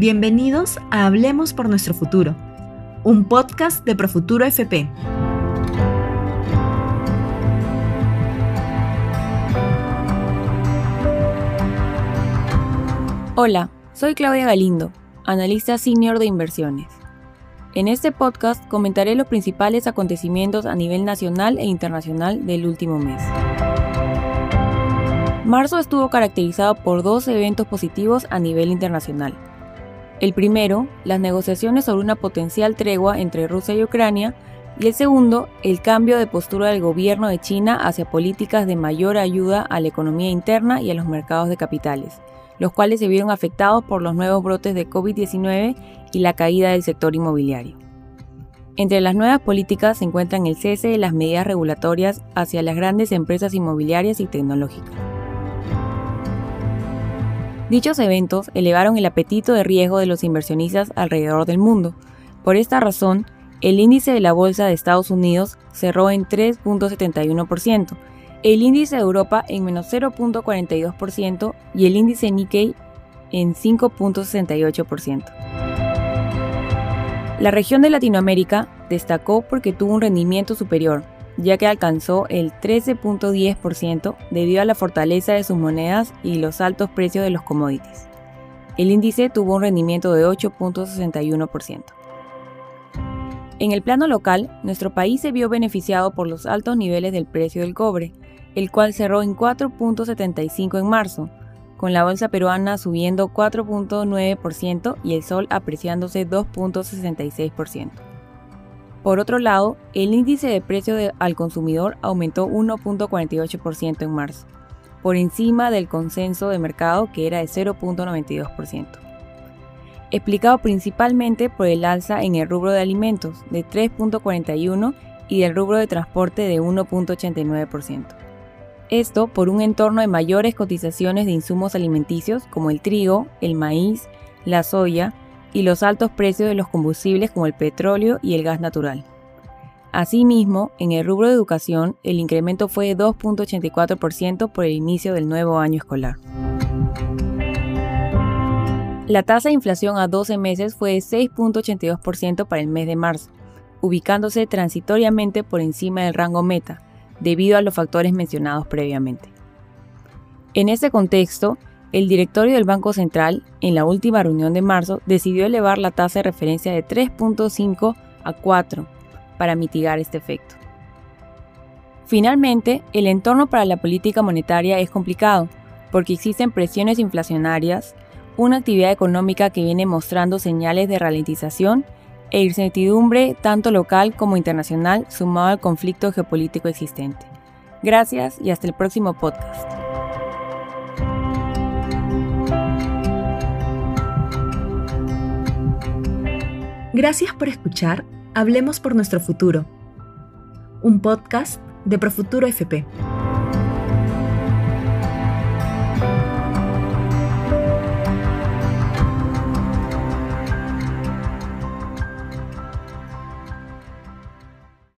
Bienvenidos a Hablemos por Nuestro Futuro, un podcast de Profuturo FP. Hola, soy Claudia Galindo, analista senior de inversiones. En este podcast comentaré los principales acontecimientos a nivel nacional e internacional del último mes. Marzo estuvo caracterizado por dos eventos positivos a nivel internacional. El primero, las negociaciones sobre una potencial tregua entre Rusia y Ucrania, y el segundo, el cambio de postura del gobierno de China hacia políticas de mayor ayuda a la economía interna y a los mercados de capitales, los cuales se vieron afectados por los nuevos brotes de COVID-19 y la caída del sector inmobiliario. Entre las nuevas políticas se encuentran el cese de las medidas regulatorias hacia las grandes empresas inmobiliarias y tecnológicas. Dichos eventos elevaron el apetito de riesgo de los inversionistas alrededor del mundo. Por esta razón, el índice de la Bolsa de Estados Unidos cerró en 3.71%, el índice de Europa en menos 0.42% y el índice Nikkei en 5.68%. La región de Latinoamérica destacó porque tuvo un rendimiento superior, ya que alcanzó el 13.10% debido a la fortaleza de sus monedas y los altos precios de los commodities. El índice tuvo un rendimiento de 8.61%. En el plano local, nuestro país se vio beneficiado por los altos niveles del precio del cobre, el cual cerró en 4.75 en marzo, con la bolsa peruana subiendo 4.9% y el sol apreciándose 2.66%. Por otro lado, el índice de precio al consumidor aumentó 1.48% en marzo, por encima del consenso de mercado que era de 0.92%. Explicado principalmente por el alza en el rubro de alimentos de 3.41% y del rubro de transporte de 1.89%. Esto por un entorno de mayores cotizaciones de insumos alimenticios como el trigo, el maíz, la soya y los altos precios de los combustibles como el petróleo y el gas natural. Asimismo, en el rubro de educación, el incremento fue de 2.84% por el inicio del nuevo año escolar. La tasa de inflación a 12 meses fue de 6.82% para el mes de marzo, ubicándose transitoriamente por encima del rango meta, debido a los factores mencionados previamente. En este contexto, el directorio del Banco Central, en la última reunión de marzo, decidió elevar la tasa de referencia de 3.5 a 4 para mitigar este efecto. Finalmente, el entorno para la política monetaria es complicado, porque existen presiones inflacionarias, una actividad económica que viene mostrando señales de ralentización e incertidumbre tanto local como internacional sumado al conflicto geopolítico existente. Gracias y hasta el próximo podcast. Gracias por escuchar Hablemos por Nuestro Futuro, un podcast de Profuturo FP.